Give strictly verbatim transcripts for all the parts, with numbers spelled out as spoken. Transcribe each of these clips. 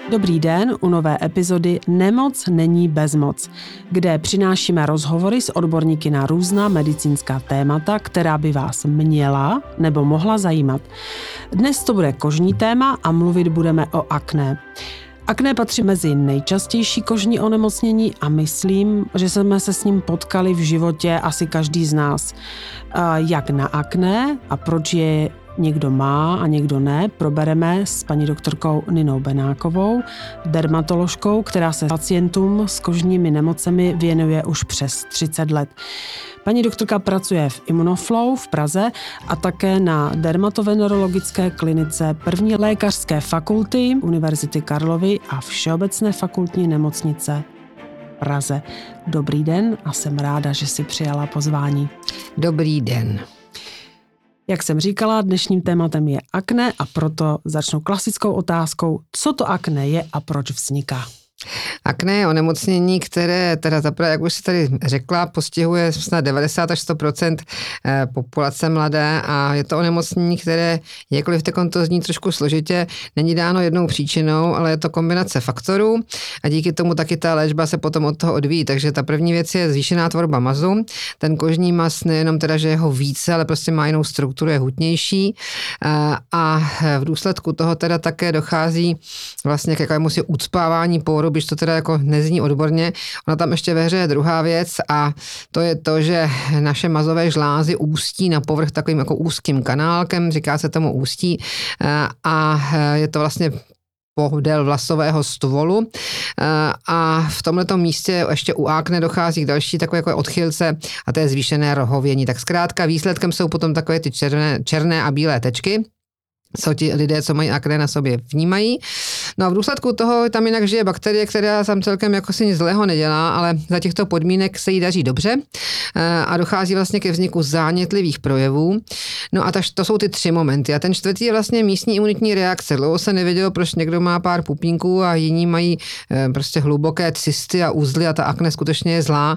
Dobrý den u nové epizody Nemoc není bezmoc, kde přinášíme rozhovory s odborníky na různá medicínská témata, která by vás měla nebo mohla zajímat. Dnes to bude kožní téma a mluvit budeme o akné. Akné patří mezi nejčastější kožní onemocnění a myslím, že jsme se s ním potkali v životě asi každý z nás. Jak na akné a proč je někdo má a někdo ne, probereme s paní doktorkou Ninou Benákovou, dermatoložkou, která se pacientům s kožními nemocemi věnuje už přes třicet let. Paní doktorka pracuje v Immunoflow v Praze a také na dermatovenerologické klinice první lékařské fakulty Univerzity Karlovy a Všeobecné fakultní nemocnice v Praze. Dobrý den a jsem ráda, že si přijala pozvání. Dobrý den. Jak jsem říkala, dnešním tématem je akné a proto začnu klasickou otázkou, co to akné je a proč vzniká. Akné je onemocnění, které teda zaprvé, jak už si tady řekla, postihuje snad devadesát až sto procent populace mladé a je to onemocnění, které, jakkoliv to to zní trošku složitě, není dáno jednou příčinou, ale je to kombinace faktorů a díky tomu taky ta léčba se potom od toho odvíjí. Takže ta první věc je zvýšená tvorba mazu. Ten kožní maz nejenom teda, že je ho více, ale prostě má jinou strukturu, je hutnější a v důsledku toho teda také dochází vlastně k jakémusi ucpávání poru, když to teda jako nezní odborně. Ona tam ještě ve hře je druhá věc a to je to, že naše mazové žlázy ústí na povrch takovým jako úzkým kanálkem, říká se tomu ústí a je to vlastně podél vlasového stvolu a v tomto místě ještě u akné dochází k další takové jako odchylce a to je zvýšené rohovění. Tak zkrátka výsledkem jsou potom takové ty černé, černé a bílé tečky, co ti lidé, co mají akné, na sobě vnímají. No a v důsledku toho tam jinak žije bakterie, která tam celkem jako si nic zlého nedělá, ale za těchto podmínek se jí daří dobře a dochází vlastně ke vzniku zánětlivých projevů. No a to jsou ty tři momenty. A ten čtvrtý je vlastně místní imunitní reakce. Dlouho se nevědělo, proč někdo má pár pupínků a jiní mají prostě hluboké cysty a uzly a ta akné skutečně je zlá,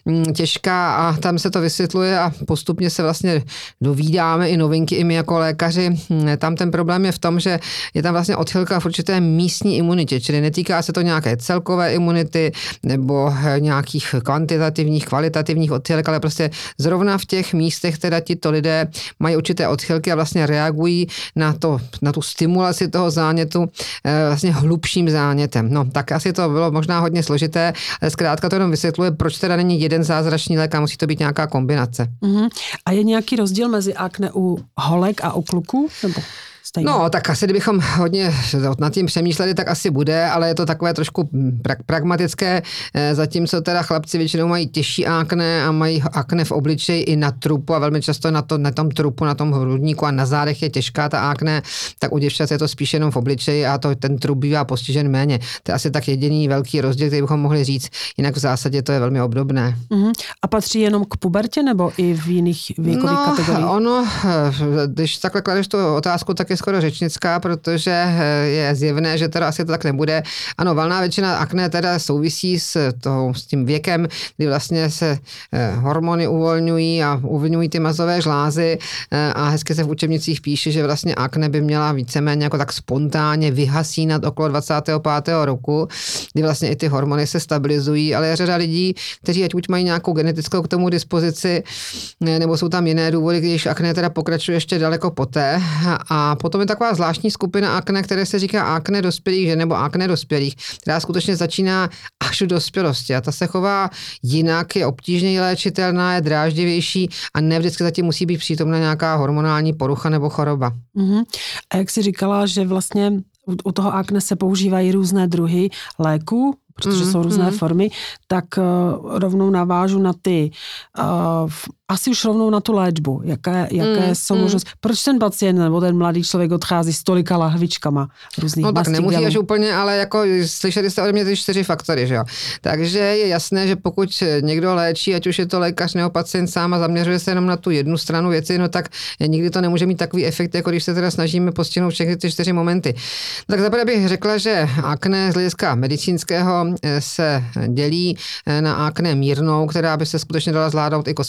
těžká a tam se to vysvětluje a postupně se vlastně dovídáme i novinky i my jako lékaři. Tam ten problém je v tom, že je tam vlastně odchylka v určité místní imunitě, čili netýká se to nějaké celkové imunity nebo nějakých kvantitativních, kvalitativních odchylek, ale prostě zrovna v těch místech teda tito lidé mají určité odchylky a vlastně reagují na, to, na tu stimulaci toho zánětu vlastně hlubším zánětem. No, tak asi to bylo možná hodně složité, ale zkrátka to jenom vysvětluje, proč teda není jeden zázračný lék a musí to být nějaká kombinace. Uh-huh. A je nějaký rozdíl mezi akné u holek a u kluků? Nebo stejně? No, tak asi kdybychom hodně nad tím přemýšleli, tak asi bude, ale je to takové trošku pra- pragmatické, zatímco teda chlapci většinou mají těžší akné a mají akné v obličeji i na trupu a velmi často na, to, na tom trupu, na tom hrudníku a na zádech je těžká ta akné, tak u děvčat je to spíš jenom v obličeji a to, ten trup bývá postižen méně. To je asi tak jediný velký rozdíl, který bychom mohli říct, jinak v zásadě to je velmi obdobné. Uh-huh. A patří jenom k pubertě nebo i v jiných věkových no, kategoriích? Ono, když takhle kladeš tu otázku, tak je skoro řečnická, protože je zjevné, že teda asi to tak nebude. Ano, valná většina akné teda souvisí s, toho, s tím věkem, kdy vlastně se hormony uvolňují a uvolňují ty mazové žlázy a hezky se v učebnicích píše, že vlastně akné by měla víceméně jako tak spontánně vyhasínat okolo dvacátého pátého roku, kdy vlastně i ty hormony se stabilizují, ale je řada lidí, kteří ať už mají nějakou genetickou k tomu dispozici, nebo jsou tam jiné důvody, když akné teda pokračuje ještě daleko poté a potom je taková zvláštní skupina akné, které se říká akné dospělých žen nebo akné dospělých, která skutečně začíná až v dospělosti a ta se chová jinak, je obtížněji léčitelná, je dráždivější a ne vždycky zatím musí být přítomna nějaká hormonální porucha nebo choroba. Uh-huh. A jak jsi říkala, že vlastně u toho akné se používají různé druhy léků, protože mm, jsou různé mm. formy, tak uh, rovnou navážu na ty, uh, asi už rovnou na tu léčbu. Jaké, jaké mm, jsou mm. možnosti? Proč ten pacient nebo ten mladý člověk odchází s tolika lahvičkama různých No tak mastí, nemusí gelů? až úplně, ale jako slyšeli jste ode mě ty čtyři faktory, že jo. Takže je jasné, že pokud někdo léčí, ať už je to lékař nebo pacient sám a zaměřuje se jenom na tu jednu stranu věci, no tak nikdy to nemůže mít takový efekt, jako když se teda snažíme postihnout všechny ty čtyři momenty. Tak zaprvé bych řekla, že akné z hlediska medicínského se dělí na akné mírnou, která by se skutečně dala zvládnout i kosmetikou,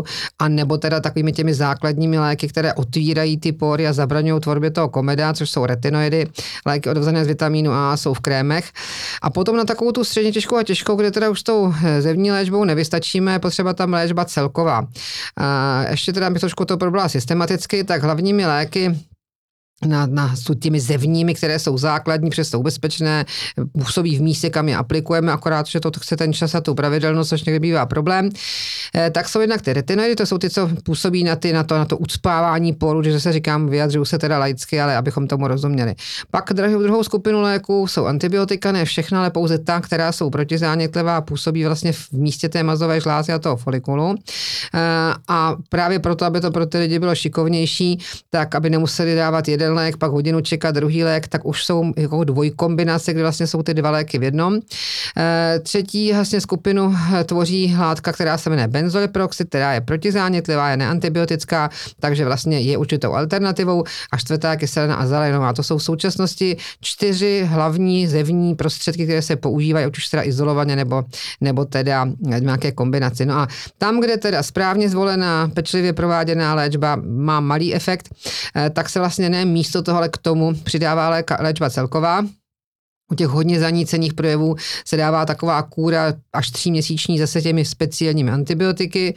cyklu, a nebo teda takovými těmi základními léky, které otvírají ty pory a zabraňují tvorbě toho komeda, což jsou retinoidy, léky odvozené z vitamínu A, jsou v krémech. A potom na takovou tu středně těžkou a těžkou, kde teda už s tou zevní léčbou nevystačíme, je potřeba tam léčba celková. A ještě teda bych trošku to probila systematicky, tak hlavními léky Na, na, s těmi zevními, které jsou základní, přesto bezpečné, působí v místě, kam je aplikujeme, akorát, že to chce ten čas a tu pravidelnost, což někdy bývá problém. E, tak jsou jednak ty retinoidy, to jsou ty, co působí na, ty, na, to, na to ucpávání poru, že se říkám, vyjadřuju se teda laicky, ale abychom tomu rozuměli. Pak druhou, druhou skupinu léků jsou antibiotika, ne všechna, ale pouze ta, která jsou protizánětlivá a působí vlastně v místě té mazové žlázy a toho folikulu. E, a právě proto, aby to pro ty lidi bylo šikovnější, tak aby nemuseli dávat jeden lék, pak hodinu čekat druhý lék, tak už jsou jako dvojkombinace, kde vlastně jsou ty dva léky v jednom. E, třetí vlastně skupinu tvoří látka, která se jmenuje benzodiazepiroxid, která je protizánětlivá, je neantibiotická, takže vlastně je určitou alternativou. A čtvrtá kyselina azalenová. To jsou v současnosti čtyři hlavní zevní prostředky, které se používají, ať už teda izolovaně nebo, nebo teda nějaké kombinaci. No a tam, kde teda správně zvolená, pečlivě prováděná léčba má malý efekt, e, tak se vlastně ne místo toho, ale k tomu přidává léka, léčba celková. U těch hodně zanícených projevů se dává taková kůra až tříměsíční zase těmi speciálními antibiotiky.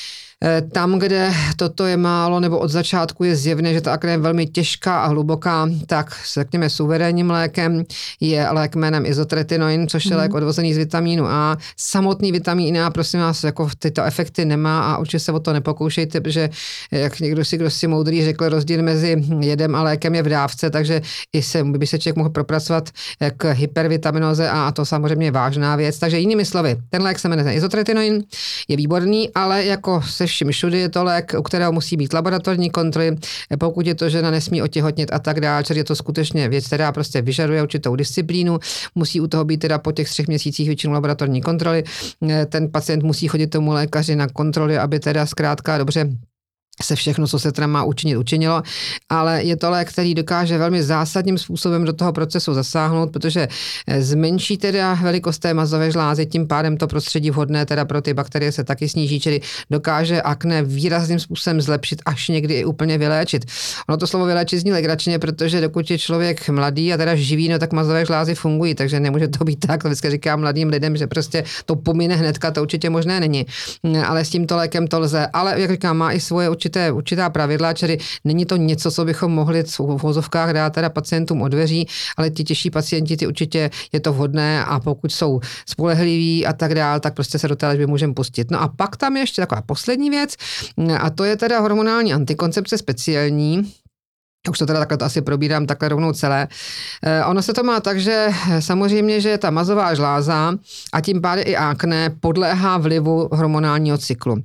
Tam, kde toto je málo, nebo od začátku je zjevné, že ta akné je velmi těžká a hluboká, tak řekněme suverénním lékem je lék jménem izotretinoin, což je mm. lék odvozený z vitamínu A. Samotný vitamín A, prosím vás, jako tyto efekty nemá a určitě se o to nepokoušejte, protože jak někdo si, kdo si moudrý řekl, rozdíl mezi jedem a lékem je v dávce, takže i se, by se člověk mohl propracovat k hypervitaminoze A, a to samozřejmě je vážná věc. Takže jinými slovy, ten lék se jmenuje izotretinoin, je výborný, ale jako se vším všudy je to lék, u kterého musí být laboratorní kontroly, pokud je to žena nesmí otěhotnět a tak dále, čili je to skutečně věc, která prostě vyžaduje určitou disciplínu, musí u toho být teda po těch třech měsících většinou laboratorní kontroly, ten pacient musí chodit tomu lékaři na kontroly, aby teda zkrátka dobře se všechno, co se teda má učinit, učinilo, ale je to lék, který dokáže velmi zásadním způsobem do toho procesu zasáhnout, protože zmenší teda velikost té mazové žlázy, tím pádem to prostředí vhodné teda pro ty bakterie se taky sníží, čili dokáže akné výrazným způsobem zlepšit, až někdy i úplně vyléčit. Ono to slovo vyléčit zní legračně, protože dokud je člověk mladý a teda živý, no tak mazové žlázy fungují, takže nemůže to být tak, to vždycky říkám mladým lidem, že prostě to pomine hnedka, to určitě možné není, ale s tímto lékem to lze, ale jak říkám, má i svoje určité Určité, určitá pravidla, čili není to něco, co bychom mohli v vozovkách dát teda pacientům od dveří, ale ti těžší pacienti, ty určitě je to vhodné a pokud jsou spolehliví a tak dál, tak prostě se do té léčby můžeme pustit. No a pak tam je ještě taková poslední věc a to je teda hormonální antikoncepce speciální. Už to teda takhle to asi probírám takhle rovnou celé. Eh, ono se to má tak, že samozřejmě, že ta mazová žláza a tím pádem i akné podléhá vlivu hormonálního cyklu.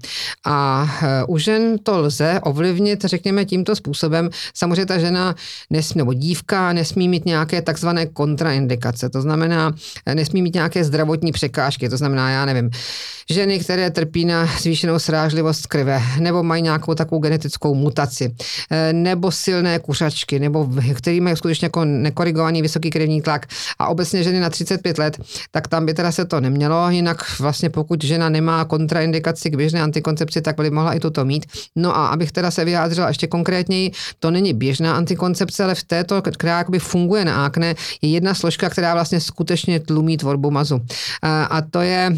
A eh, u žen to lze ovlivnit, řekněme, tímto způsobem. Samozřejmě ta žena nesmí, nebo dívka nesmí mít nějaké takzvané kontraindikace. To znamená, nesmí mít nějaké zdravotní překážky. To znamená, já nevím, ženy, které trpí na zvýšenou srážlivost krve, nebo mají nějakou takovou genetickou mutaci, eh, nebo silné kuřačky, nebo který mají skutečně jako nekorigovaný vysoký krevní tlak a obecně ženy na třicet pět let, tak tam by teda se to nemělo, jinak vlastně pokud žena nemá kontraindikaci k běžné antikoncepci, tak by mohla i toto mít. No a abych teda se vyjádřila ještě konkrétněji, to není běžná antikoncepce, ale v této, která jakoby funguje na akné, je jedna složka, která vlastně skutečně tlumí tvorbu mazu. A, a to je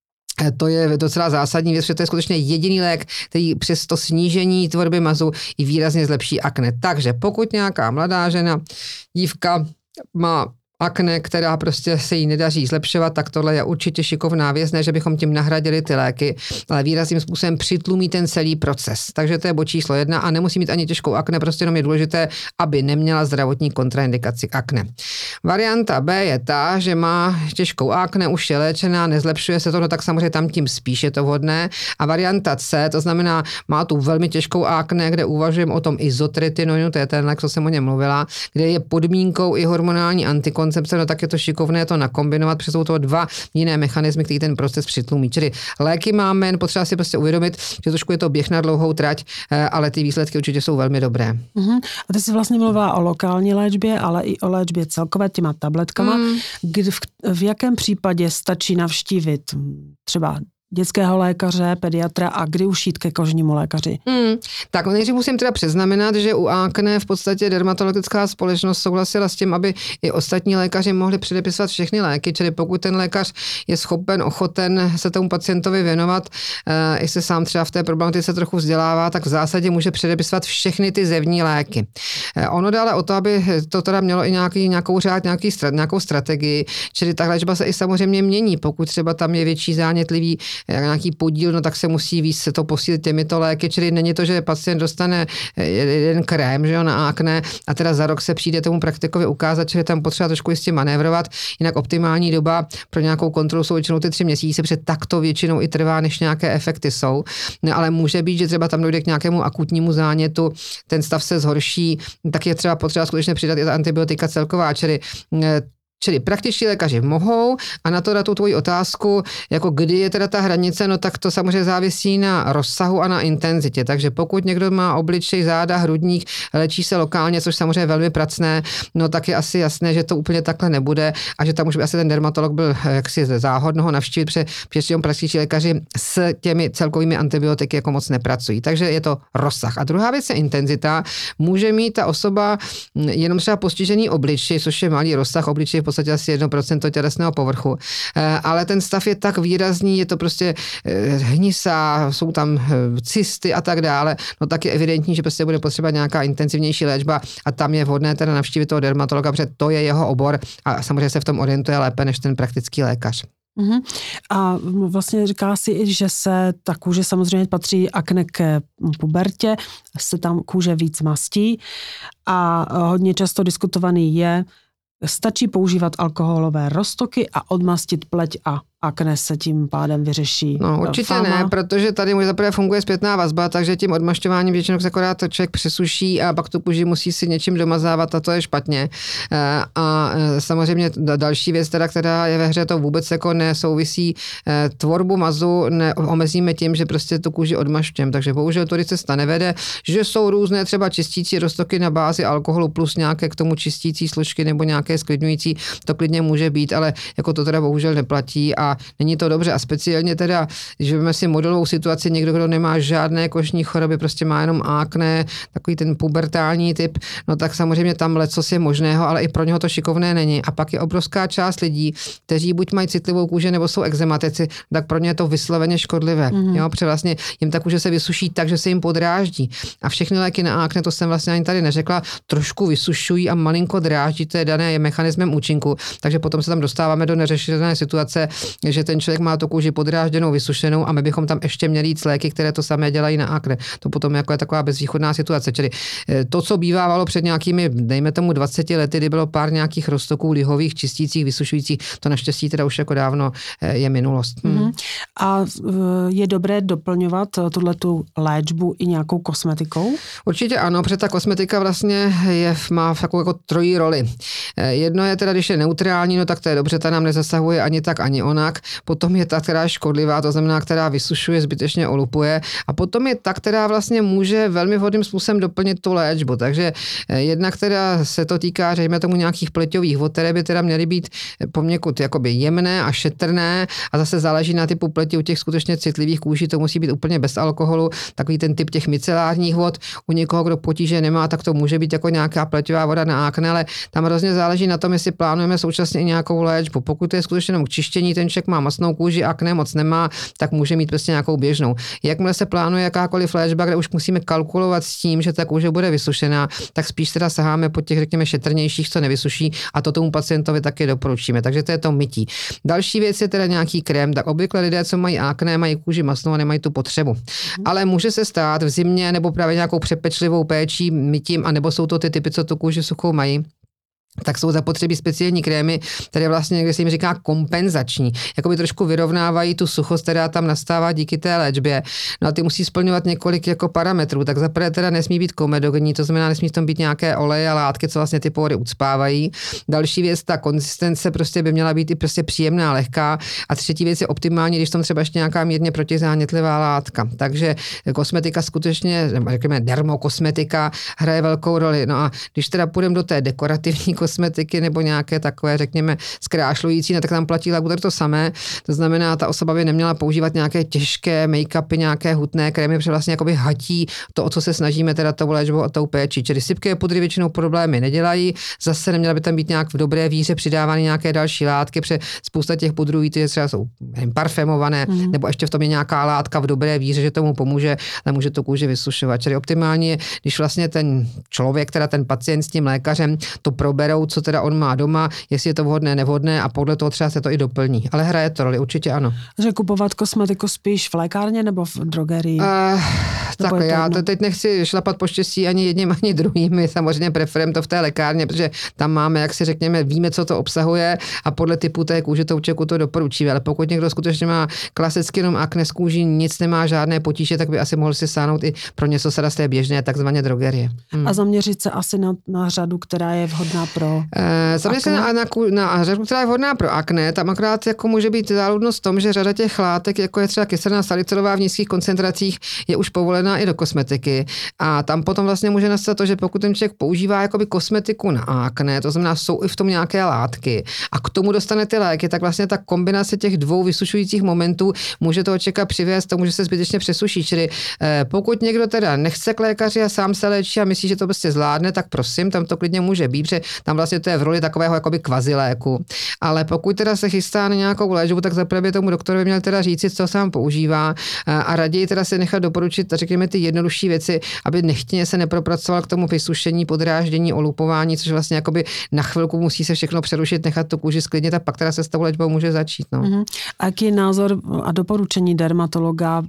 To je docela zásadní věc, protože to je skutečně jediný lék, který přes to snížení tvorby mazu i výrazně zlepší akné. Takže pokud nějaká mladá žena, dívka má akné, která prostě se jí nedaří zlepšovat, tak tohle je určitě šikovná věc, ne, že bychom tím nahradili ty léky, ale výrazným způsobem přitlumí ten celý proces. Takže to je bod číslo jedna a nemusí mít ani těžkou akné, prostě jenom je důležité, aby neměla zdravotní kontraindikaci k akné. Varianta B je ta, že má těžkou akné, už je léčená, nezlepšuje se to, no tak samozřejmě tam tím spíš je to vhodné. A varianta C, to znamená, má tu velmi těžkou akné, kde uvažujeme o tom izotretinoinu, to je ten lék, co jsem o něm mluvila, kde je podmínkou i hormonální antikoncepce, no tak je to šikovné to nakombinovat, protože jsou to dva jiné mechanismy, který ten proces přitlumí. Čili léky máme, jen potřeba si prostě uvědomit, že trošku je to běh na dlouhou trať, ale ty výsledky určitě jsou velmi dobré. Uh-huh. A ty jsi vlastně mluvila o lokální léčbě, ale i o léčbě celkové těma tabletkama. Mm. Kdy, v, v jakém případě stačí navštívit třeba dětského lékaře, pediatra a kdy už jít ke kožnímu lékaři? Hmm. Tak nejdřív musím teda předznamenat, že u akné v podstatě dermatologická společnost souhlasila s tím, aby i ostatní lékaři mohli předepisovat všechny léky, čili pokud ten lékař je schopen, ochoten se tomu pacientovi věnovat, eh, i se sám třeba v té problematice trochu vzdělává, tak v zásadě může předepisovat všechny ty zevní léky. Eh, ono dále o to, aby to teda mělo i nějaký, nějakou řád, nějaký, nějakou strategii, čili ta léčba se i samozřejmě mění, pokud třeba tam je větší zánětlivý nějaký podíl, no tak se musí víc se to posílit těmito léky, čili není to, že pacient dostane jeden krém, že jo, na akné a teda za rok se přijde tomu praktikovi ukázat, že tam potřeba trošku jistě manévrovat, jinak optimální doba pro nějakou kontrolu jsou většinou ty tři měsíce, protože tak to většinou i trvá, než nějaké efekty jsou, no, ale může být, že třeba tam dojde k nějakému akutnímu zánětu, ten stav se zhorší, tak je třeba potřeba skutečně přidat i ta antibiotika celková, čili Čili praktičtí lékaři mohou a na to na tu tvoji otázku, jako kdy je teda ta hranice, no tak to samozřejmě závisí na rozsahu a na intenzitě. Takže pokud někdo má obličej, záda, hrudník, léčí se lokálně, což samozřejmě je velmi pracné, no tak je asi jasné, že to úplně takhle nebude a že tam už by asi ten dermatolog byl jaksi záhodno ho navštívit, protože přesně praktičtí lékaři s těmi celkovými antibiotiky jako moc nepracují. Takže je to rozsah. A druhá věc je intenzita. Může mít ta osoba jenom třeba postižený obličej, což je malý rozsah obličeje, v podstatě asi jedno procento tělesného povrchu. Ale ten stav je tak výrazný, je to prostě hnisá, jsou tam cysty a tak dále, no tak je evidentní, že prostě bude potřeba nějaká intenzivnější léčba a tam je vhodné teda navštívit toho dermatologa, protože to je jeho obor a samozřejmě se v tom orientuje lépe než ten praktický lékař. Uhum. A vlastně říká si, že se ta kůže samozřejmě patří akne k pubertě, se tam kůže víc mastí a hodně často diskutovaný je, stačí používat alkoholové roztoky a odmastit pleť a akné se tím pádem vyřeší. No určitě fáma. Ne, protože tady může zaprvé funguje zpětná vazba, takže tím odmašťováním většinou se akorát to člověk přesuší a pak tu kůži musí si něčím domazávat a to je špatně. A samozřejmě další věc, teda, která je ve hře, to vůbec jako nesouvisí. Tvorbu mazu neomezíme tím, že prostě tu kůži odmaštěm, takže bohužel tudy cesta nevede, že jsou různé třeba čistící roztoky na bázi alkoholu plus nějaké k tomu čistící složky nebo nějaké sklidňující, to klidně může být, ale jako to teda bohužel neplatí a není to dobře a speciálně teda, že máme si modelovou situaci, někdo, kdo nemá žádné kožní choroby, prostě má jenom akné, takový ten pubertální typ, no tak samozřejmě tam lecos je možného, ale i pro něho to šikovné není. A pak je obrovská část lidí, kteří buď mají citlivou kůži nebo jsou ekzematici, tak pro ně je to vysloveně škodlivé. Mm. Jo, protože vlastně jim ta kůže se vysuší tak, že se jim podráždí. A všechny léky na akné, to jsem vlastně ani tady neřekla, trošku vysušují a malinko dráždí, to je dané mechanismem účinku. Takže potom se tam dostáváme do neřešené situace, že ten člověk má tu kůži podrážděnou, vysušenou a my bychom tam ještě měli jít léky, které to samé dělají na akné. To potom jako je taková bezvýchodná situace. Čili to, co bývávalo před nějakými, dejme tomu dvaceti lety, kdy bylo pár nějakých roztoků lihových, čistících, vysušujících, to naštěstí teda už jako dávno je minulost. Mm-hmm. A je dobré doplňovat tuhletu léčbu i nějakou kosmetikou? Určitě ano, protože ta kosmetika vlastně je, má takovou jako trojí roli. Jedno je teda, když je neutrální, no tak to je dobře, ta nám nezasahuje ani tak, ani onak. Potom je ta, která je škodlivá, to znamená, která vysušuje, zbytečně olupuje. A potom je ta, která vlastně může velmi vhodným způsobem doplnit tu léčbu. Takže jedna, která se to týká, řekněme tomu nějakých pleťových vod, které by teda měly být poměkud jakoby jemné a šetrné a zase záleží na typu pleti. U těch skutečně citlivých kůží to musí být úplně bez alkoholu, takový ten typ těch micelárních vod. U někoho, kdo potíže nemá, tak to může být jako nějaká pleťová voda na akné, ale tam hrozně záleží na tom, jestli plánujeme současně i nějakou léčbu. Pokud to je skutečně jenom k čištění, ten člověk má masnou kůži, akné moc nemá, tak může mít prostě nějakou běžnou. Jakmile se plánuje jakákoliv léčba, kde už musíme kalkulovat s tím, že ta kůže bude vysušená, tak spíš teda saháme po těch, řekněme, šetrnějších, co nevysuší a to tomu pacientovi taky doporučíme. Takže to je to mytí. Další věc je teda nějaký krém. Tak obvykle lidé, co mají akné, mají kůži masnou a nemají tu potřebu. Ale může se stát v zimě nebo právě nějakou přepečlivou péčí, mytím, a nebo jsou to ty typy, co tu kůži suchou mají, tak jsou zapotřebí speciální krémy, které vlastně někde se jim říká kompenzační. Jakoby trošku vyrovnávají tu suchost, která tam nastává díky té léčbě. No a ty musí splňovat několik jako parametrů. Tak zaprvé teda nesmí být komedogenní, to znamená, nesmí v tom být nějaké oleje a látky, co vlastně ty pory ucpávají. Další věc, ta konzistence prostě by měla být i prostě příjemná, lehká. A třetí věc je optimální, když tam třeba ještě nějaká mírně protizánětlivá látka. Takže kosmetika skutečně, nebo řekněme dermokosmetika hraje velkou roli. No a když teda půjdeme do té dekorativní kosmetiky, kosmetiky nebo nějaké takové, řekněme, zkrášlující, no tak tam platí Laguter to samé. To znamená, ta osoba by neměla používat nějaké těžké make-upy, nějaké hutné krémy, protože vlastně jakoby hatí to, o co se snažíme teda tou léčbou a tou péčí. Čili sypké pudry většinou problémy nedělají, zase neměla by tam být nějak v dobré víře přidávány nějaké další látky, protože spousta těch pudrů, ty třeba jsou parfémované, mm. nebo ještě v tom je nějaká látka v dobré víře, že tomu pomůže, ale může to kůži vysušovat. Čili optimálně je, když vlastně ten člověk, teda ten pacient s tím lékařem to proberou, co teda on má doma, jestli je to vhodné, nevhodné a podle toho třeba se to i doplní. Ale hraje to roli, určitě ano. Že kupovat kosmetiku spíš v lékárně nebo v drogerii? Uh, tak já to teď nechci šlapat po štěstí ani jedním, ani druhým. My samozřejmě preferujeme to v té lékárně, protože tam máme, jak si řekněme, víme, co to obsahuje a podle typu té kůže to účeku to doporučíme. Ale pokud někdo skutečně má klasicky jenom akné z kůží, nic nemá, žádné potíže, tak by asi mohl si sáhnout i pro něco z té běžné takzvané drogerie. Hmm. A zaměřit se asi na, na řadu, která je vhodná pro e, zaměřit se na, na, na řadu, která je vhodná pro akné. Tam akorát jako může být záludnost v tom, že řada těch látek, jako je třeba kyselina salicylová v nízkých koncentracích, je už povolená i do kosmetiky. A tam potom vlastně může nastat to, že pokud ten člověk používá jakoby kosmetiku na akné, to znamená, jsou i v tom nějaké látky a k tomu dostane ty léky, tak vlastně ta kombinace těch dvou vysušujících momentů může toho člověka přivést tomu, že se zbytečně přesuší. Čili eh, pokud někdo teda nechce k lékaři a sám se léčí a myslí, že to prostě zvládne, tak prosím, tam to klidně může být, protože tam vlastně to je v roli takového jakoby kvaziléku. Ale pokud teda se chystá na nějakou léčbu, tak zaprvé tomu doktorovi měl teda říci, co sám používá a raději teda se nechat doporučit, řekněme, ty jednodušší věci, aby nechtěně se nepropracoval k tomu vysušení, podráždění, olupování, což vlastně jakoby na chvilku musí se všechno přerušit, nechat tu kůži sklidnit a pak teda se s tou léčbou může začít. No. Uh-huh. A jaký je názor a doporučení dermatologa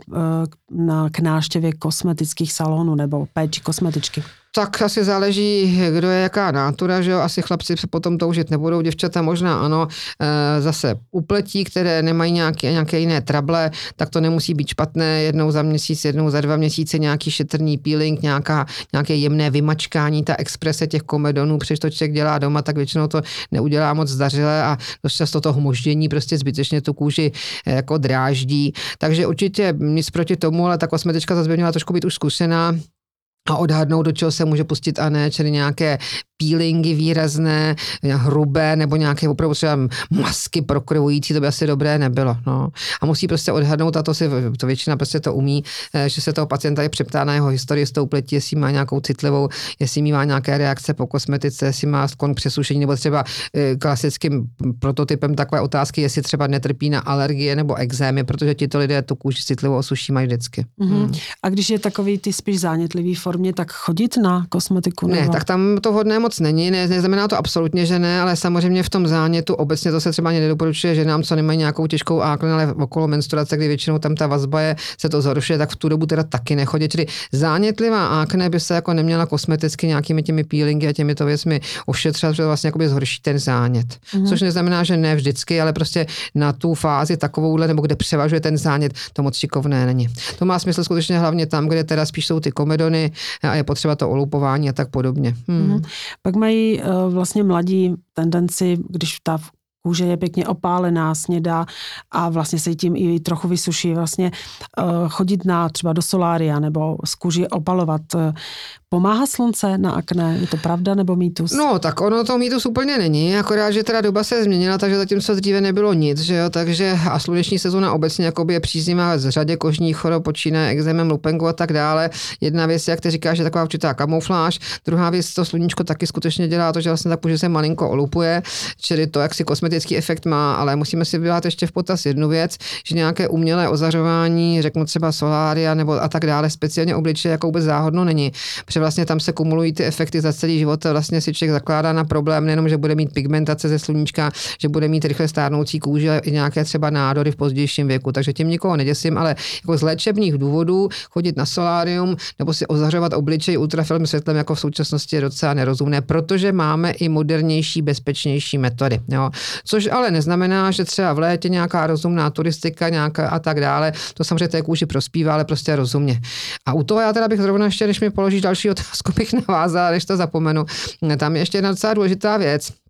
na, k návštěvě kosmetických salonů nebo péči kosmetičky? Tak asi záleží, kdo je jaká nátura, že jo, asi chlapci se potom toužit nebudou, děvčata možná ano, e, zase upletí, které nemají nějaké, nějaké jiné trable, tak to nemusí být špatné, jednou za měsíc, jednou za dva měsíce nějaký šetrný peeling, nějaká, nějaké jemné vymačkání, ta exprese těch komedonů, protože to člověk dělá doma, tak většinou to neudělá moc zdařile a dost často to hmoždění prostě zbytečně tu kůži e, jako dráždí, takže určitě nic proti tomu, ale ta kosmetička zase by měla trošku být už zkušená a odhadnout, do čeho se může pustit a ne, čili nějaké peelingy výrazné, hrubé, nebo nějaké opravdu třeba masky prokrovující, to by asi dobré nebylo. No. A musí prostě odhadnout, a to si to většina prostě to umí, že se toho pacienta je přeptá na jeho historii s tou pletí, jestli má nějakou citlivou, jestli má nějaké reakce po kosmetice, jestli má sklon k přesušení, nebo třeba klasickým prototypem takové otázky, jestli třeba netrpí na alergie nebo ekzémy, protože tito lidé tu kůži citlivou osuší mají vždycky. Mm-hmm. Hmm. A když je takový ty spíš zánětlivý formě, tak chodit na kosmetiku? Nebo? Ne, tak tam to vhodné moc není, ne, neznamená to absolutně, že ne, ale samozřejmě v tom zánětu obecně to se třeba ani nedoporučuje ženám, co nemají nějakou těžkou akné, ale okolo menstruace, kdy většinou tam ta vazba je, se to zhoršuje, tak v tu dobu teda taky nechodí. Čili zánětlivá akné by se jako neměla kosmeticky nějakými těmi peelingy a těmito věcmi ošetřovat, protože vlastně jakoby zhorší ten zánět. Mm-hmm. Což neznamená, že ne vždycky, ale prostě na tu fázi takovouhle, nebo kde převažuje ten zánět, to moc šikovné není. To má smysl skutečně hlavně tam, kde teda spíš jsou ty komedony a je potřeba to olupování a tak podobně. Hmm. Mm-hmm. Pak mají uh, vlastně mladí tendenci, když ta kůže je pěkně opálená, snědá a vlastně se tím i trochu vysuší, vlastně uh, chodit na třeba do solária nebo z kůži opalovat. Pomáhá slunce na akné? Je to pravda nebo mýtus? No, tak ono to mýtus úplně není, akorát, že teda doba se změnila, takže zatímco dříve nebylo nic, že jo, takže a sluneční sezóna obecně jakoby je příznivá z řadě kožních chorob, počínaje ekzémem, lupenkou a tak dále. Jedna věc, jak ty říkáš, je taková určitá kamufláž, druhá věc, to sluníčko taky skutečně dělá to, že vlastně ta kůže se malinko olupuje, čili to, jak si kosmetický efekt má, ale musíme si vybrát ještě v potaz jednu věc, že nějaké umělé ozařování, řeknu třeba solária nebo a tak dále, speciálně obličeje jako vůbec záhodno není. Vlastně tam se kumulují ty efekty za celý život a vlastně si člověk zakládá na problém nejenom, že bude mít pigmentace ze sluníčka, že bude mít rychle stárnoucí kůži, ale i nějaké třeba nádory v pozdějším věku. Takže tím nikoho neděsím, ale jako z léčebných důvodů chodit na solárium nebo si ozařovat obličej ultrafialovým světlem jako v současnosti je docela nerozumné, protože máme i modernější, bezpečnější metody. Jo. Což ale neznamená, že třeba v létě nějaká rozumná turistika nějaká a tak dále, to samozřejmě té kůži prospívá, ale prostě rozumně. A u toho já teda bych zrovna ještě, než mi položíš další otázku, bych navázala, než to zapomenu. Tam je ještě jedna docela důležitá věc.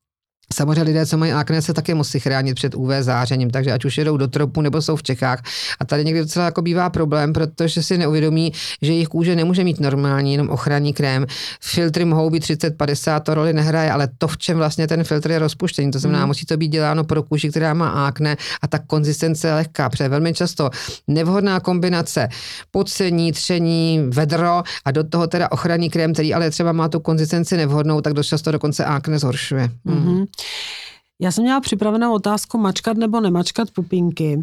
Samozřejmě lidé, co mají akné, se také musí chránit před U V zářením, takže ať už jedou do tropu nebo jsou v Čechách. A tady někdy docela jako bývá problém, protože si neuvědomí, že jejich kůže nemůže mít normální jenom ochranný krém. Filtry mohou být třicet padesát, to roli nehraje, ale to, v čem vlastně ten filtr je rozpuštěný. To znamená, mm. musí to být děláno pro kůži, která má akné a ta konzistence je lehká, protože velmi často nevhodná kombinace pocení, tření, vedro a do toho teda ochranný krém, který ale třeba má tu konzistenci nevhodnou, tak dost často dokonce akné zhoršuje. Mm. Mm-hmm. Já jsem měla připravenou otázku mačkat nebo nemačkat pupínky,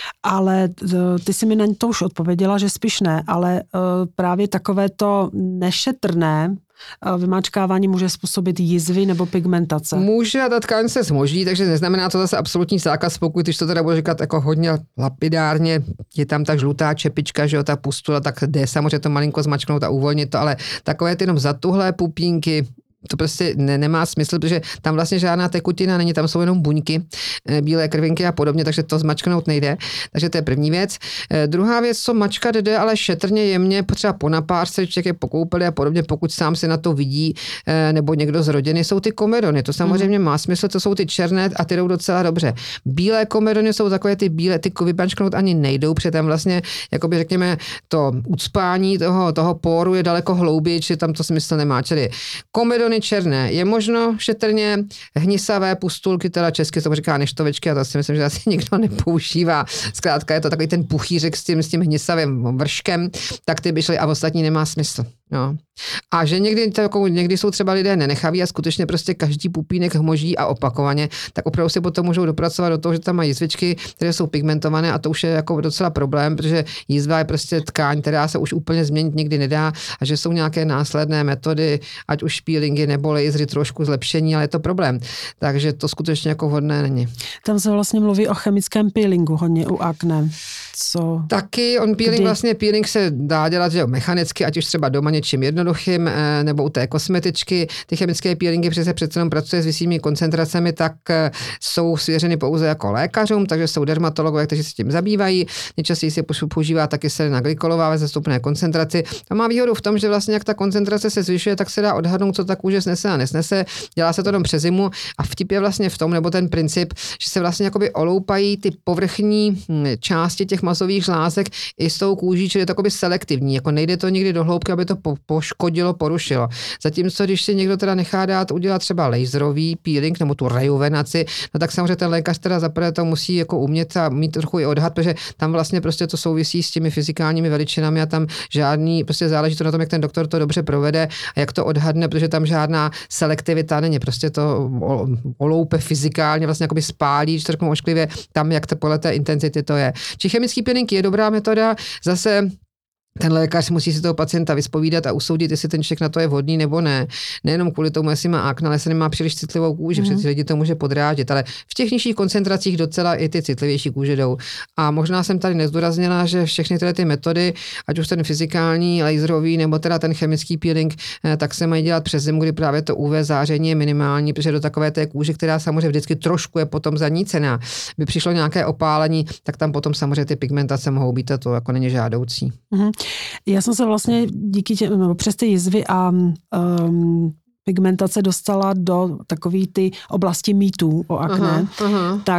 ale ty si mi na to už odpověděla, že spíš ne, ale právě takové to nešetrné vymáčkávání může způsobit jizvy nebo pigmentace. Může a ta tkáň se zmoží, takže neznamená to zase absolutní zákaz, pokud když to teda bude říkat jako hodně lapidárně, je tam ta žlutá čepička, že jo, ta pustula, tak jde samozřejmě to malinko zmačknout a uvolnit to, ale takové ty jenom zatuhlé pupínky, to prostě ne, nemá smysl, protože tam vlastně žádná tekutina není, tam jsou jenom buňky, bílé krvinky a podobně, takže to zmačknout nejde. Takže to je první věc. E, druhá věc, co mačkat jde, ale šetrně jemně, potřeba po napářce, člověk je pokoupili a podobně, pokud sám si na to vidí, e, nebo někdo z rodiny, jsou ty komedony. To samozřejmě mm. má smysl, to jsou ty černé a ty jdou docela dobře. Bílé komedony jsou takové ty bílé, ty vymačknout ani nejdou, protože tam vlastně, jakoby řekněme, to ucpání toho, toho póru je daleko hlouběji, či tam to smysl nemá. Čili komedony černé. Je možno šetrně hnisavé pustulky, teda česky se říká neštovečky, a to si myslím, že asi nikdo nepoužívá. Zkrátka je to takový ten puchýřek s tím, s tím hnisavým vrškem, tak ty by šly a ostatní nemá smysl. No. A že někdy, jako, někdy jsou třeba lidé nenechaví a skutečně prostě každý pupínek hmoží a opakovaně, tak opravdu si potom můžou dopracovat do toho, že tam mají jizvičky, které jsou pigmentované a to už je jako docela problém, protože jizva je prostě tkáň, která se už úplně změnit nikdy nedá a že jsou nějaké následné metody, ať už peelingy nebo lasery, trošku zlepšení, ale je to problém. Takže to skutečně jako vhodné není. Tam se vlastně mluví o chemickém peelingu hodně u akné. Co? Taky on peeling, Kdy? vlastně peeling se dá dělat, že jo, mechanicky, ať už třeba doma něčím jednoduchým, nebo u té kosmetičky. Ty chemické peelingy přece přece jenom pracuje s vysokými koncentracemi, tak jsou svěřeny pouze jako lékařům, takže jsou dermatologové, kteří se tím zabývají. Nejčastěji se používá taky selena glykolová ve zastupné koncentraci. A má výhodu v tom, že vlastně jak ta koncentrace se zvyšuje, tak se dá odhadnout, co ta kůže snese a nesnese. Dělá se to jenom přes zimu a vtip je vlastně v tom, nebo ten princip, že se vlastně jakoby oloupají ty povrchní části těch masových žlázek i s tou kůží, čili je to jakoby selektivní, jako nejde to nikdy do hloubky, aby to po, poškodilo, porušilo. Zatímco, když si někdo teda nechá dát udělat třeba laserový peeling nebo tu rejuvenaci, no tak samozřejmě ten lékař teda zaprvé to musí jako umět a mít trochu i odhad, protože tam vlastně prostě to souvisí s těmi fyzikálními veličinami a tam žádný, prostě záleží to na tom, jak ten doktor to dobře provede a jak to odhadne, protože tam žádná selektivita není, prostě to oloupe fyzikálně, vlastně jakoby spálí, že to řeknu ošklivě, tam jak to podle té intenzity to je. Či chemický peeling je dobrá metoda, zase ten lékař musí si toho pacienta vyspovídat a usoudit, jestli ten člověk na to je vhodný nebo ne. Nejenom kvůli tomu, jestli má akné, ale se nemá příliš citlivou kůži, mm. protože lidi to může podrážet, ale v těch nižších koncentracích docela i ty citlivější kůže jdou. A možná jsem tady nezdůraznila, že všechny tyhle ty metody, ať už ten fyzikální, laserový nebo teda ten chemický peeling, tak se mají dělat přes zimu, kdy právě to U V záření je minimální, protože do takové té kůže, která samozřejmě vždycky trošku je potom zanícená, by přišlo nějaké opálení, tak tam potom samozřejmě ty pigmentace mohou být a to jako není žádoucí. Mm. Já jsem se vlastně díky těm, nebo přes ty jizvy a um, pigmentace dostala do takový ty oblasti mýtů o akné, aha, aha. tak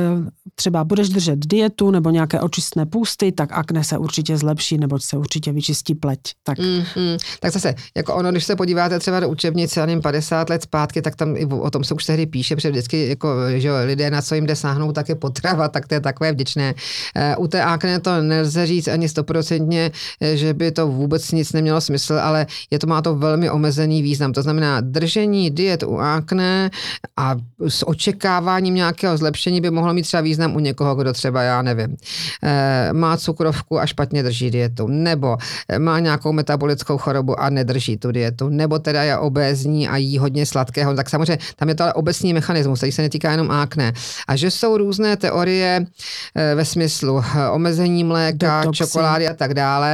třeba budeš držet dietu nebo nějaké očistné půsty, tak akné se určitě zlepší, nebo se určitě vyčistí pleť. Tak, mm, mm. tak zase, jako ono, když se podíváte třeba do učebnice, já nevím, padesát let zpátky, tak tam i o tom se už tehdy píše, protože vždycky jako, že lidé, na co jim jde sáhnout, tak je potrava, tak to je takové vděčné. U té akné to nelze říct ani stoprocentně, že by to vůbec nic nemělo smysl, ale je to, má to velmi omezený význam. To znamená, držení diet u akné a s očekáváním nějakého zlepšení by mohlo mít třeba význam u někoho, kdo třeba, já nevím, má cukrovku a špatně drží dietu, nebo má nějakou metabolickou chorobu a nedrží tu dietu, nebo teda je obézní a jí hodně sladkého, tak samozřejmě tam je to ale obecný mechanismus, který se netýká jenom akné. A že jsou různé teorie ve smyslu omezení mléka, detoxy, čokolády a tak dále,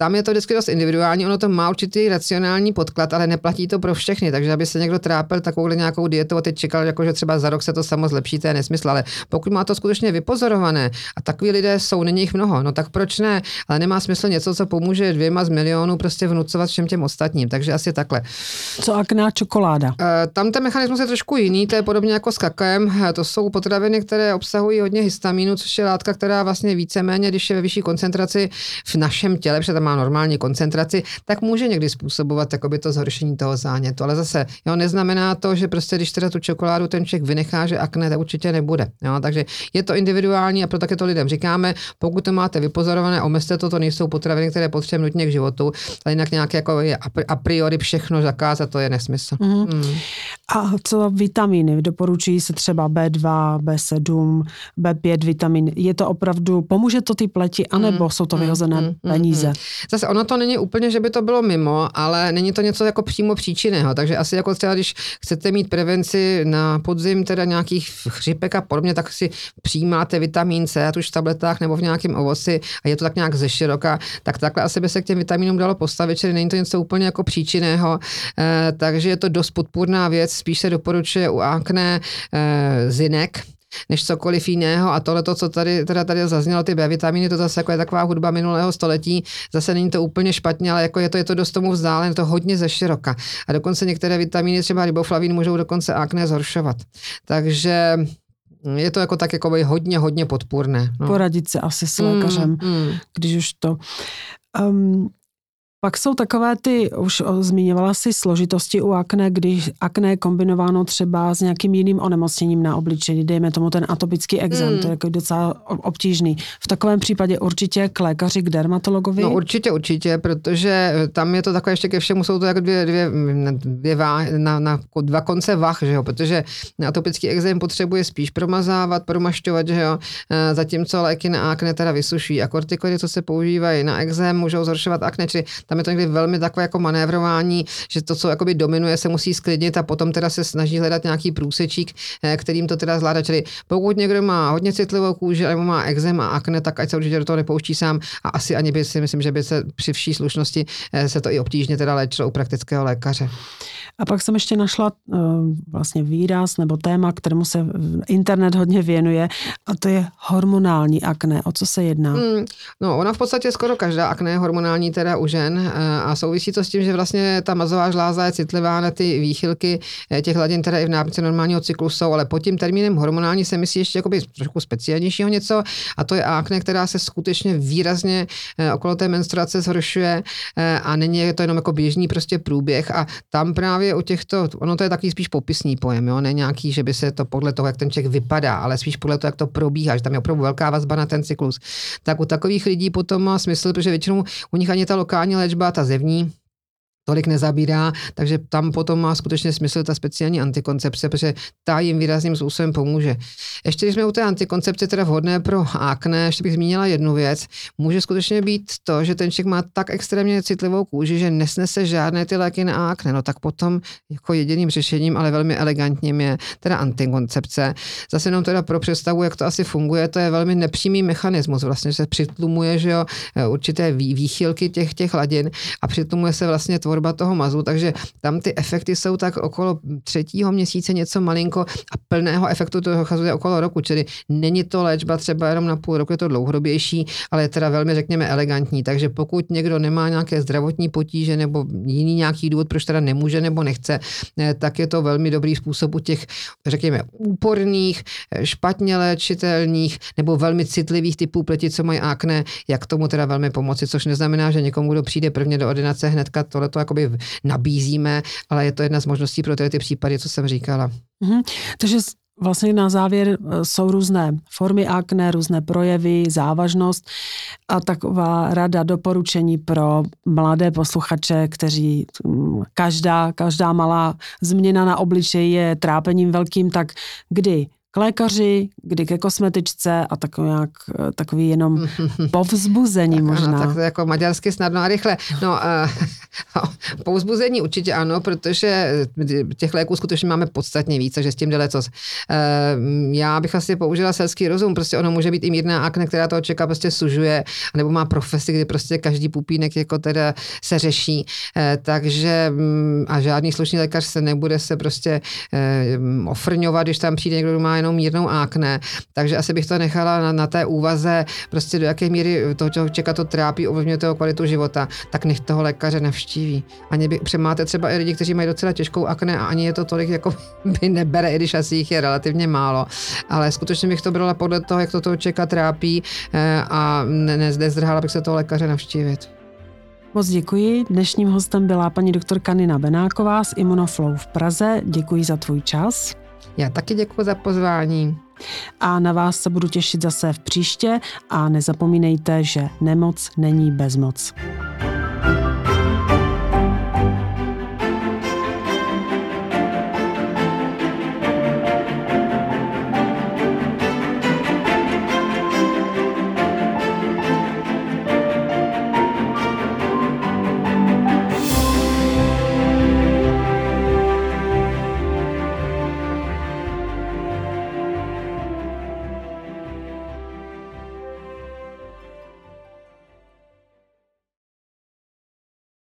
tam je to vždycky dost individuální, ono to má určitý racionální podklad, ale neplatí to pro všechny, takže aby se někdo trápil takovouhle nějakou dietou a teď čekal, jako, že třeba za rok se to samo zlepší, to je nesmysl, ale pokud má to skutečně vypozorované a takový lidé jsou, není jich mnoho, no tak proč ne, ale nemá smysl něco, co pomůže dvěma z milionů prostě vnucovat všem těm ostatním, takže asi takhle. Co akné a čokoláda? E, tam ten mechanismus je trošku jiný, to je podobně jako s kakaem, to jsou potraviny, které obsahují hodně histamínu, což je látka, která vlastně víceméně, když je ve vyšší koncentraci v našem těle, protože tam má normální koncentraci, tak může někdy způsobovat jakoby to zhoršení toho zánětu. Ale zase, jo, neznamená to, že prostě když teda tu čokoládu ten člověk vynechá, že akné, to určitě nebude. Jo, takže je to individuální a proto taky to lidem říkáme, pokud to máte vypozorované, omezte to, to nejsou potraviny, které potřebujeme nutně k životu, ale jinak nějak jako je a priori všechno zakázat, to je nesmysl. Mm. Mm. A co vitamíny? Doporučují se třeba bé dva, bé sedm, bé pět vitamin. Je to opravdu, pomůže to ty pleti, anebo mm. jsou to vyhozené mm. peníze? Mm. Zase ono to není úplně, že by to bylo mimo, ale není to něco jako přímo příčinného, takže asi jako třeba, když chcete mít prevenci na podzim teda nějakých chřipek a podobně, tak si přijímáte vitamin C, ať už v tabletách nebo v nějakém ovoci a je to tak nějak ze široka, tak takhle asi by se k těm vitaminům dalo postavit, čili není to něco úplně jako příčinného, eh, takže je to dost podpůrná věc, spíš se doporučuje u akné eh, zinek, než cokoliv jiného a tohleto, co tady, teda tady zaznělo, ty B vitamíny, to zase jako je taková hudba minulého století, zase není to úplně špatně, ale jako je to, je to dost tomu vzdálené, to hodně ze široka. A dokonce některé vitamíny, třeba riboflavin, můžou dokonce akné zhoršovat. Takže je to jako tak jako hodně, hodně podpůrné. No. Poradit se asi s lékařem, mm, mm. když už to... Um, Pak jsou takové ty, už zmiňovala si složitosti u akné, když akné je kombinováno třeba s nějakým jiným onemocněním na obličeji, dejme tomu ten atopický ekzém, mm. to je jako docela obtížný. V takovém případě určitě k lékaři, k dermatologovi? No určitě, určitě, protože tam je to takové ještě ke všemu, jsou to jako dvě, dvě, dvě vá, na, na dva konce vah, že jo, protože atopický ekzém potřebuje spíš promazávat, promašťovat, že jo, zatímco léky na akné teda vysuší a kortikoidy, co se používají na ekzém, můžou zhoršovat akné, čili tam je to někdy velmi takové jako manévrování, že to, co jakoby dominuje, se musí sklidnit a potom teda se snaží hledat nějaký průsečík, kterým to teda zvládá. Čili pokud někdo má hodně citlivou kůži nebo má ekzém a akné, tak ať se určitě do toho nepouští sám a asi ani by si myslím, že by se při vší slušnosti se to i obtížně teda léčilo u praktického lékaře. A pak jsem ještě našla uh, vlastně výraz nebo téma, kterému se internet hodně věnuje, a to je hormonální akné. O co se jedná? Mm, no, ona v podstatě skoro každá akné je hormonální teda u žen uh, a souvisí to s tím, že vlastně ta mazová žláza je citlivá na ty výchylky těch hladin, teda i v nábědce normálního cyklu jsou, ale pod tím termínem hormonální se myslí ještě jakoby trošku speciálnějšího něco a to je akné, která se skutečně výrazně uh, okolo té menstruace zhoršuje uh, a není to jenom jako běžný prostě průběh a tam právě u těchto, ono to je takový spíš popisný pojem, jo, ne nějaký, že by se to podle toho, jak ten člověk vypadá, ale spíš podle toho, jak to probíhá, že tam je opravdu velká vazba na ten cyklus. Tak u takových lidí potom má smysl, protože většinou u nich ani ta lokální léčba, ta zevní, tolik nezabírá, takže tam potom má skutečně smysl ta speciální antikoncepce, protože ta jim výrazným způsobem pomůže. Ještě když jsme u té antikoncepce teda vhodné pro akné, ještě bych zmínila jednu věc. Může skutečně být to, že ten člověk má tak extrémně citlivou kůži, že nesnese žádné ty léky na akné, no tak potom jako jediným řešením, ale velmi elegantním je teda antikoncepce. Zase jenom teda pro představu, jak to asi funguje, to je velmi nepřímý mechanismus, vlastně se přitlumuje, že jo, určité výchylky těch, těch hladin a přitlumuje se vlastně tvorba toho mazu, takže tam ty efekty jsou tak okolo třetího měsíce něco malinko a plného efektu to dochazuje okolo roku, čili není to léčba třeba jenom na půl roku, je to dlouhodobější, ale je teda velmi, řekněme, elegantní, takže pokud někdo nemá nějaké zdravotní potíže nebo jiný nějaký důvod, proč teda nemůže nebo nechce, tak je to velmi dobrý způsob u těch, řekněme, úporných, špatně léčitelných nebo velmi citlivých typů pleti, co mají akné, jak tomu teda velmi pomoci, což neznamená, že někomu, kdo přijde prvně do ordinace, hnedka tohleto jakoby nabízíme, ale je to jedna z možností pro tyhle ty případy, co jsem říkala. Mhm. Takže vlastně na závěr jsou různé formy akné, různé projevy, závažnost a taková rada, doporučení pro mladé posluchače, kteří každá, každá malá změna na obličeji je trápením velkým, tak kdy k lékaři, kdy ke kosmetičce a takový, jak, takový jenom povzbuzení možná. Ano, tak to jako maďarsky snadno a rychle. No, uh, povzbuzení určitě ano, protože těch léků skutečně máme podstatně víc, takže s tím jde lecos. Uh, já bych asi použila selský rozum, prostě ono může být i mírná akne, která toho člověka prostě sužuje, nebo má profesi, kdy prostě každý pupínek jako teda se řeší, uh, takže um, a žádný slušný lékař se nebude se prostě uh, ofrňovat, když tam přijde někdo, kdo má jenom mírnou akné, takže asi bych to nechala na, na té úvaze, prostě do jaké míry toho člověka to trápí, ovlivňuje toho kvalitu života, tak nech toho lékaře navštíví. Ani by, máte třeba i lidi, kteří mají docela těžkou akné a ani je to tolik, jako by nebere, i když asi jich je relativně málo, ale skutečně bych to brala podle toho, jak to toho člověka trápí a ne, ne, nezdrhala bych se toho lékaře navštívit. Moc děkuji. Dnešním hostem byla paní doktorka Nina Benáková z Immunoflow v Praze. Děkuji za tvůj čas. Já taky děkuji za pozvání. A na vás se budu těšit zase v příště a nezapomínejte, že nemoc není bezmoc.